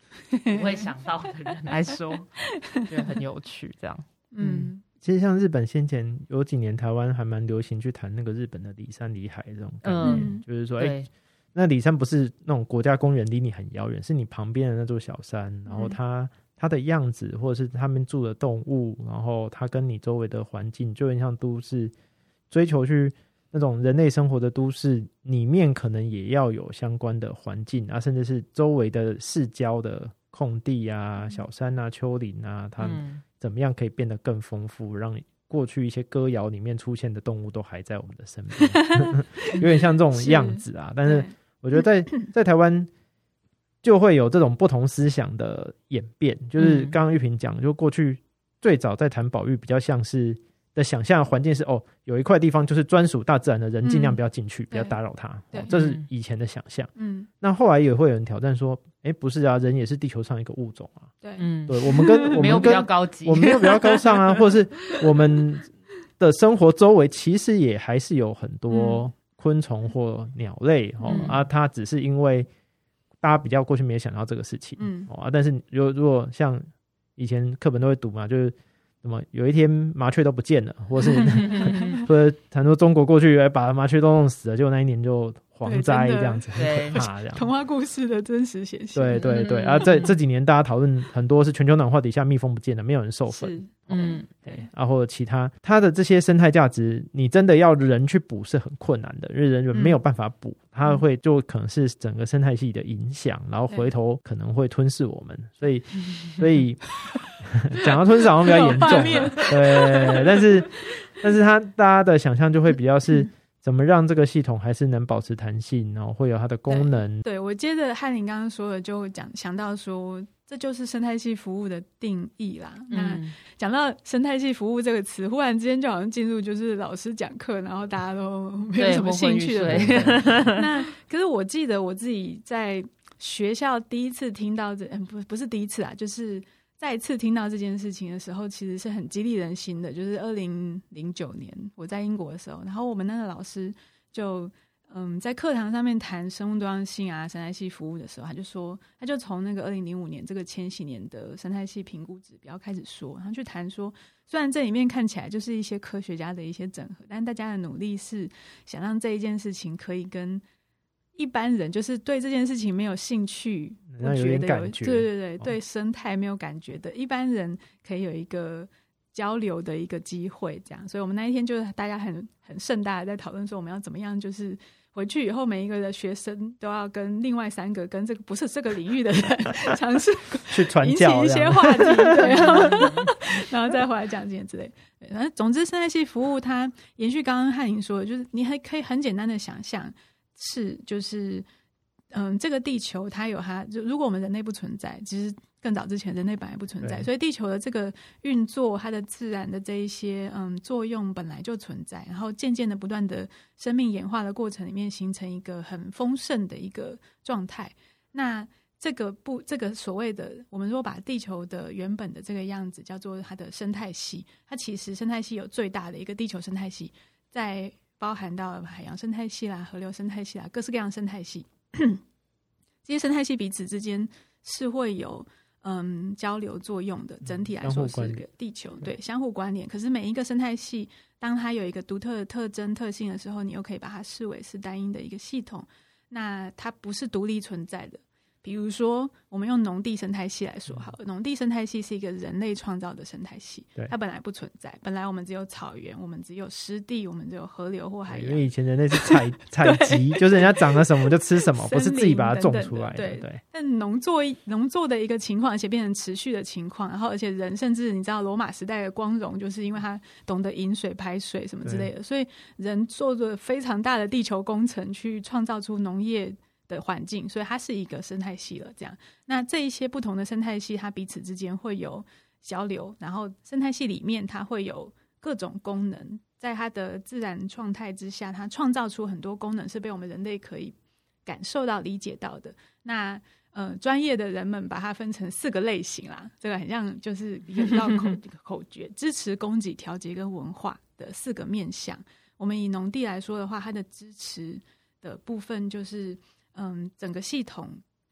不会想到的人来说，觉得很有趣。这样， 其实像日本先前有几年台湾还蛮流行去谈那个日本的里山里海这种概念，就是说，那里山不是那种国家公园离你很遥远，是你旁边的那座小山，然后它的样子，或者是他们住的动物，然后它跟你周围的环境，就很像都市追求去那种人类生活的都市里面，可能也要有相关的环境啊，甚至是周围的市郊的空地啊、小山啊、丘陵啊，它怎么样可以变得更丰富，让你过去一些歌谣里面出现的动物都还在我们的身边，有点像这种样子啊。但是我觉得在台湾就会有这种不同思想的演变，就是刚刚玉萍讲，就过去最早在谈保育比较像是的想象的环境是有一块地方就是专属大自然的，人尽量不要进去，不要打扰它，这是以前的想象。那后来也会有人挑战说，不是啊，人也是地球上一个物种啊。 对， 我们没有比较高级， 我们没有比较高尚啊，或者是我们的生活周围其实也还是有很多昆虫或鸟类它只是因为大家比较过去没有想到这个事情但是如果像以前课本都会读嘛，就是什么有一天麻雀都不见了，或是或者很多中国过去把麻雀都弄死了，结果那一年就蝗灾这样子，很可怕这样。 童话故事的真实显现。 对对对这几年大家讨论很多是全球暖化底下蜜蜂不见了，没有人授粉。对或者其他它的这些生态价值，你真的要人去补是很困难的，因为人没有办法补，它会就可能是整个生态系的影响，然后回头可能会吞噬我们，所以讲到吞噬好像比较严重对，但是大家的想象就会比较是怎么让这个系统还是能保持弹性，然后会有它的功能。 对，我接着翰林刚刚说的就想到说这就是生态系服务的定义啦。那讲到生态系服务这个词，忽然之间就好像进入就是老师讲课，然后大家都没有什么兴趣的部分。那可是我记得我自己在学校第一次听到不是第一次啦，就是再一次听到这件事情的时候，其实是很激励人心的。就是2009年我在英国的时候，然后我们那个老师就在课堂上面谈生物多样性啊、生态系服务的时候，他就从那个2005年这个千禧年的生态系评估指标开始说，然后去谈说，虽然这里面看起来就是一些科学家的一些整合，但大家的努力是想让这一件事情可以跟一般人，就是对这件事情没有兴趣，我觉得对生态没有感觉的一般人，可以有一个交流的一个机会，这样。所以我们那一天就是大家很盛大的在讨论说，我们要怎么样，就是回去以后每一个的学生都要跟另外3个跟这个不是这个领域的人尝试去传教引起一些话题，对，然后再回来讲这些之类。总之，生态系服务它延续刚刚翰林说的，就是你还可以很简单的想象。就是这个地球它有它，就如果我们人类不存在，其实更早之前人类本来不存在，所以地球的这个运作，它的自然的这一些作用本来就存在，然后渐渐的不断的生命演化的过程里面，形成一个很丰盛的一个状态。那这个所谓的我们说把地球的原本的这个样子叫做它的生态系，它其实生态系有最大的一个地球生态系，在包含到海洋生态系啦、河流生态系啦、各式各样的生态系这些生态系彼此之间是会有交流作用的，整体来说是个地球对相互关联。可是每一个生态系当它有一个独特的特征特性的时候，你又可以把它视为是单一的一个系统，那它不是独立存在的。比如说我们用农地生态系来说好了，农地生态系是一个人类创造的生态系，它本来不存在，本来我们只有草原，我们只有湿地，我们只有河流或海洋。 因为以前人类是采集就是人家长了什么就吃什么，不是自己把它种出来的。对。 但农作的一个情况，而且变成持续的情况，然后而且人甚至你知道罗马时代的光荣，就是因为他懂得饮水排水什么之类的，所以人做着非常大的地球工程去创造出农业的环境，所以它是一个生态系了。这样，那这一些不同的生态系，它彼此之间会有交流，然后生态系里面它会有各种功能，在它的自然状态之下，它创造出很多功能是被我们人类可以感受到、理解到的。那专业的人们把它分成4个类型啦，这个很像就是一个绕口诀：支持、供给、调节跟文化的4个面向。我们以农地来说的话，它的支持的部分就是整个系统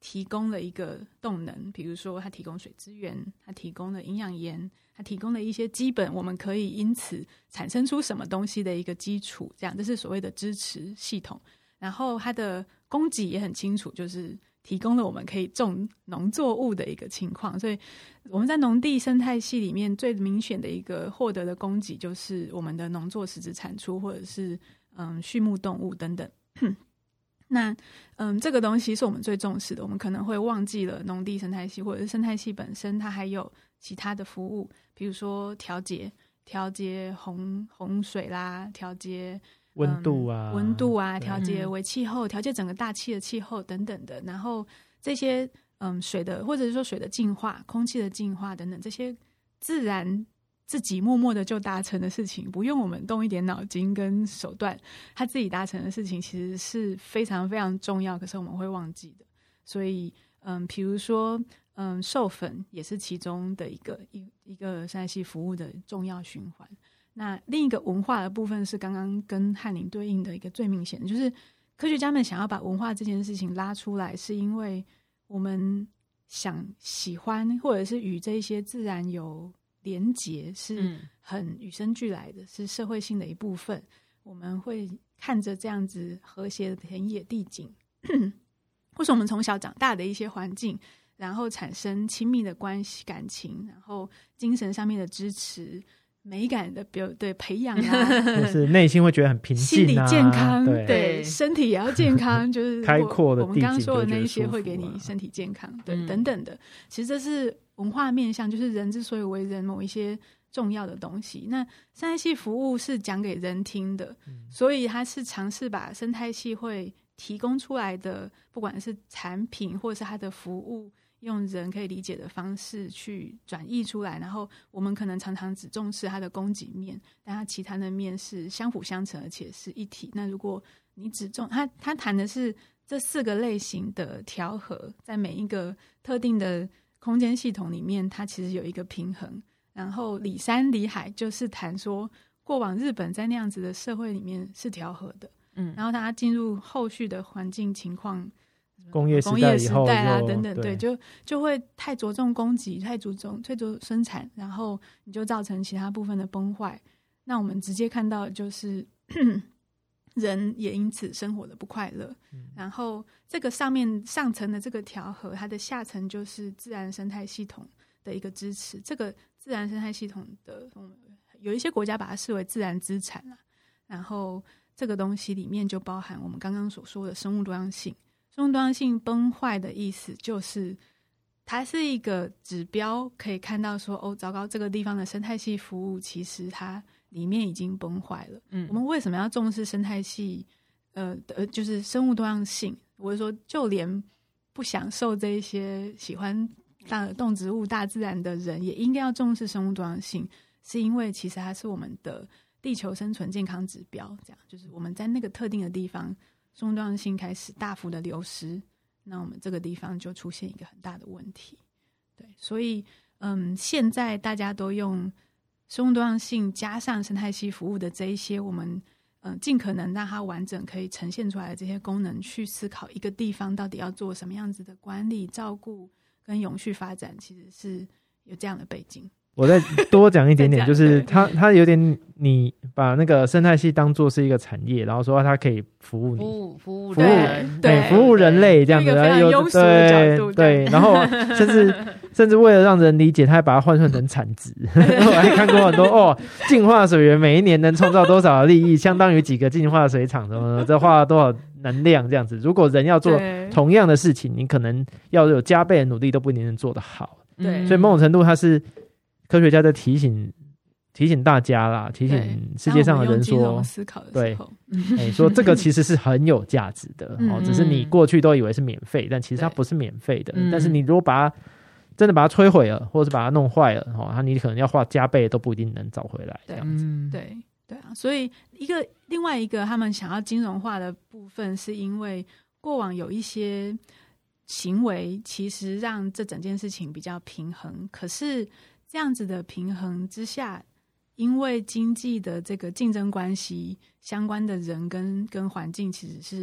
提供了一个动能，比如说它提供水资源，它提供了营养盐，它提供了一些基本我们可以因此产生出什么东西的一个基础，这是所谓的支持系统。然后它的供给也很清楚，就是提供了我们可以种农作物的一个情况。所以我们在农地生态系里面最明显的一个获得的供给就是我们的农作实质产出，或者是畜牧动物等等。那这个东西是我们最重视的，我们可能会忘记了农地生态系或者是生态系本身它还有其他的服务，比如说调节洪水啦，调节温度啊， 调节微气候，调节整个大气的气候等等的。然后这些水的或者是说水的净化、空气的净化等等，这些自然自己默默的就达成的事情，不用我们动一点脑筋跟手段，它自己达成的事情其实是非常非常重要，可是我们会忘记的。所以比如说授粉也是其中的一个生态系服务的重要循环。那另一个文化的部分是刚刚跟翰林对应的一个最明显的，就是科学家们想要把文化这件事情拉出来，是因为我们喜欢或者是与这些自然有连结，是很与生俱来的，是社会性的一部分。我们会看着这样子和谐的田野地景或是我们从小长大的一些环境，然后产生亲密的关系感情，然后精神上面的支持，美感的培养啊， 就是内心会觉得很平静啊， 心理健康， 对身体也要健康，就是开阔的我们刚刚说的那一些些会给你身体健康，对，等等的。其实这是文化面向，就是人之所以为人某一些重要的东西。那生态系服务是讲给人听的，所以它是尝试把生态系会提供出来的，不管是产品或者是它的服务，用人可以理解的方式去转译出来。然后我们可能常常只重视它的供给面，但它其他的面是相辅相成，而且是一体。那如果你只重它谈的是这4个类型的调和，在每一个特定的空间系统里面，它其实有一个平衡。然后里山里海就是谈说，过往日本在那样子的社会里面是调和的，然后它进入后续的环境情况， 工业时代啊等等，对，就会太着重供给，太着重生产，然后你就造成其他部分的崩坏。那我们直接看到的就是人也因此生活的不快乐。然后这个上层的这个调和，它的下层就是自然生态系统的一个支持。这个自然生态系统的有一些国家把它视为自然资产啦，然后这个东西里面就包含我们刚刚所说的生物多样性。生物多样性崩坏的意思就是它是一个指标，可以看到说糟糕，这个地方的生态系服务其实它里面已经崩坏了。我们为什么要重视生态系就是生物多样性？我是说就连不享受这一些喜欢动植物大自然的人也应该要重视生物多样性，是因为其实它是我们的地球生存健康指标。这样就是我们在那个特定的地方生物多样性开始大幅的流失，那我们这个地方就出现一个很大的问题。对，所以现在大家都用生物多样性加上生态系服务的这一些，我们尽可能让它完整可以呈现出来的这些功能，去思考一个地方到底要做什么样子的管理、照顾跟永续发展，其实是有这样的背景。 我再多讲一点点，就是它有点，你把那个生态系当作是一一个产业，然后说它可以服务你， 服务人， 对， 服务人类这样子， 一个非常庸俗的角度， 对，然后甚至为了让人理解，他还把它换算成产值。我还看过很多净化水源每一年能创造多少的利益，相当于几个净化水厂什么的，这花了多少能量这样子。如果人要做同样的事情，你可能要有加倍的努力，都不一定能做得好。 对， 所以某种程度，它是科学家在提醒大家啦，提醒世界上的人说，对，说这个其实是很有价值的只是你过去都以为是免费，但其实它不是免费的。但是你如果真的把它摧毁了，或者是把它弄坏了你可能要花加倍都不一定能找回来这样子。 对啊，所以另外一个他们想要金融化的部分，是因为过往有一些行为其实让这整件事情比较平衡，可是这样子的平衡之下，因为经济的这个竞争关系，相关的人跟环境其实是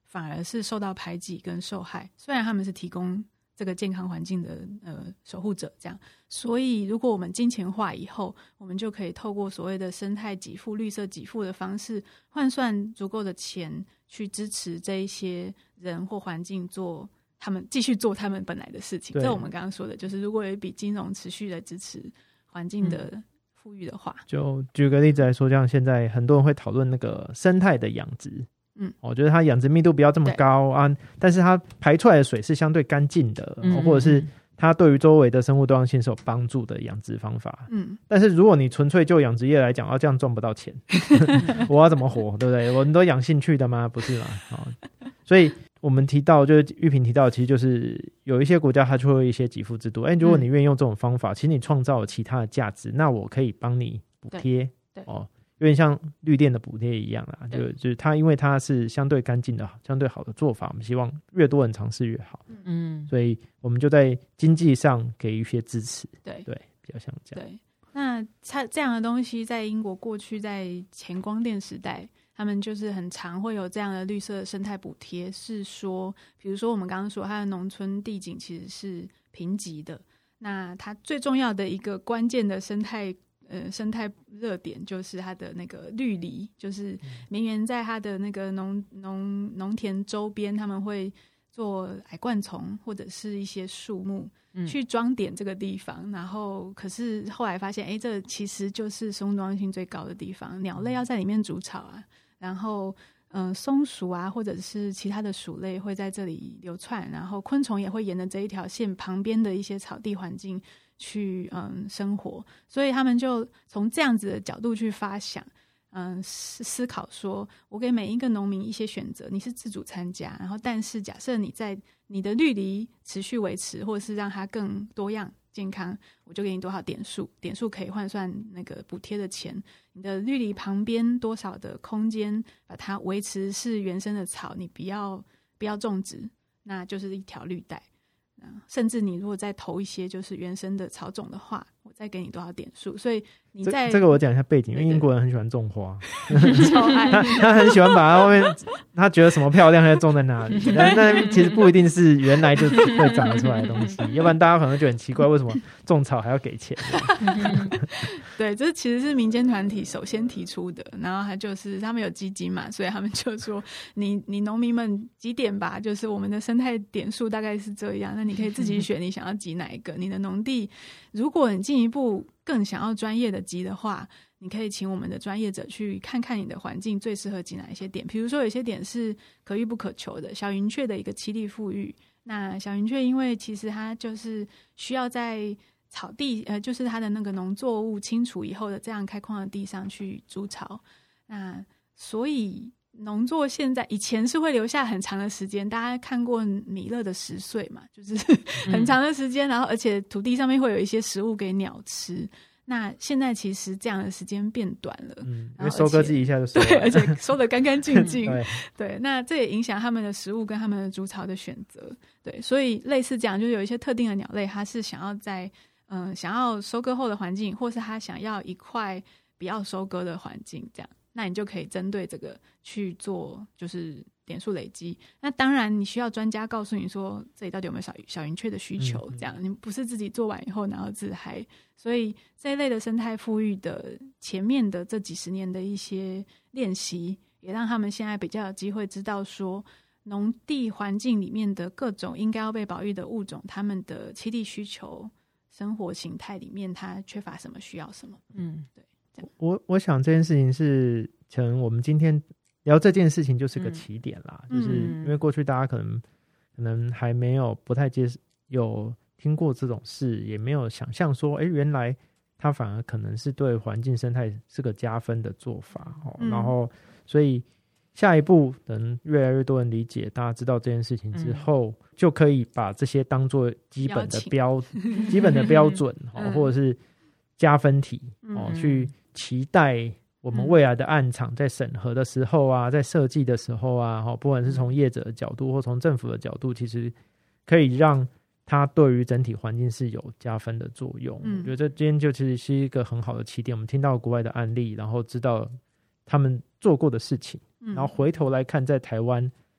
反而是受到排挤跟受害。虽然他们是提供这个健康环境的守护者这样，所以如果我们金钱化以后，我们就可以透过所谓的生态给付、绿色给付的方式，换算足够的钱去支持这一些人或环境继续做他们本来的事情。这我们刚刚说的就是如果有一笔金融持续的支持环境的富裕的话， 就举个例子来说，像现在很多人会讨论那个生态的养殖，我觉得它养殖密度不要这么高啊，但是它排出来的水是相对干净的，或者是它对于周围的生物多样性是有帮助的养殖方法。但是如果你纯粹就养殖业来讲，这样赚不到钱，我要怎么活，对不对？我们都养兴趣的吗？不是嘛？所以我们提到，就是玉萍提到，其实就是有一些国家它就会有一些给付制度。如果你愿意用这种方法，其实你创造了其他的价值，那我可以帮你补贴，有点像绿电的补贴一样啦。就是它，因为它是相对干净的、相对好的做法，我们希望越多人尝试越好。所以我们就在经济上给予一些支持。对，比较像这样。 对，那它这样的东西在英国过去在前光电时代，他们就是很常会有这样的绿色生态补贴，是说比如说我们刚刚说它的农村地景其实是贫瘠的，那它最重要的一个关键的生态热点就是它的那个绿篱，就是民园在它的那个农田周边，他们会做矮灌丛或者是一些树木去装点这个地方，然后可是后来发现这其实就是生物多样性最高的地方，鸟类要在里面筑巢啊，然后松鼠啊或者是其他的鼠类会在这里流窜，然后昆虫也会沿着这一条线旁边的一些草地环境去生活，所以他们就从这样子的角度去发想，思考说我给每一个农民一些选择，你是自主参加，然后但是假设你在你的绿篱持续维持，或者是让它更多样健康，我就给你多少点数，点数可以换算那个补贴的钱，你的绿篱旁边多少的空间把它维持是原生的草，你不要种植，那就是一条绿带，甚至你如果再投一些就是原生的草种的话，我再给你多少点数。所以你在这个我讲一下背景，因为英国人很喜欢种花， 超爱他很喜欢把它后面他觉得什么漂亮他就种在那里，那其实不一定是原来就会长得出来的东西，要不然大家可能会觉得很奇怪，为什么种草还要给钱？ 对，这其实是民间团体首先提出的，然后他们有基金嘛，所以他们就说你农民们几点吧，就是我们的生态点数大概是这样，那你可以自己选你想要集哪一个。你的农地如果你进一步更想要专业的集的话，你可以请我们的专业者去看看你的环境最适合集哪一些点，比如说有些点是可遇不可求的，小云雀的一个栖地富裕，那小云雀因为其实它就是需要在草地就是它的那个农作物清除以后的这样开阔的地上去筑巢，那所以农作现在以前是会留下很长的时间，大家看过米勒的10岁嘛，就是很长的时间，然后而且土地上面会有一些食物给鸟吃，那现在其实这样的时间变短了， 因为收割机一下就收了， 对，而且收得干干净净对，那这也影响他们的食物跟他们的筑巢的选择，对，所以类似这样，就是有一些特定的鸟类它是想要在想要收割后的环境，或是他想要一块不要收割的环境，这样，那你就可以针对这个去做，就是点数累积。那当然，你需要专家告诉你说，这里到底有没有小云雀的需求，这样你不是自己做完以后然后自嗨。所以这一类的生态富裕的前面的这几十年的一些练习，也让他们现在比较有机会知道说，农地环境里面的各种应该要被保育的物种，他们的栖地需求。生活形态里面它缺乏什么需要什么，对。 我想这件事情是可能我们今天聊这件事情就是个起点啦，就是因为过去大家可能还没有不太有听过这种事，也没有想象说原来它反而可能是对环境生态是个加分的做法，然后所以下一步等越来越多人理解，大家知道这件事情之后，就可以把这些当作基本的标准或者是加分题去期待我们未来的案场在审核的时候啊，在设计的时候啊，不管是从业者的角度或从政府的角度，其实可以让它对于整体环境是有加分的作用。我觉得这今天就其实是一个很好的起点，我们听到国外的案例，然后知道他们做过的事情，然后回头来看在台湾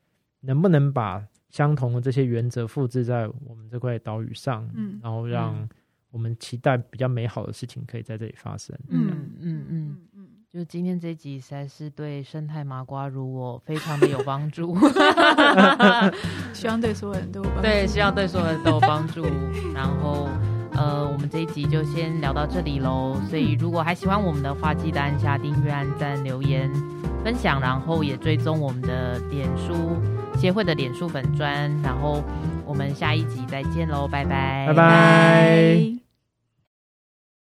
能不能把相同的这些原则复制在我们这块岛屿上，然后让我们期待比较美好的事情可以在这里发生。 就今天这集实在是对生态麻瓜如我非常的有帮助， 希望对所有人都有帮助。 对，希望对所有人都有帮助。然后我们这一集就先聊到这里咯。所以如果还喜欢我们的话，记得按下订阅、按赞、留言、分享，然后也追踪我们的脸书协会的脸书粉专。然后我们下一集再见咯，拜拜， 拜拜。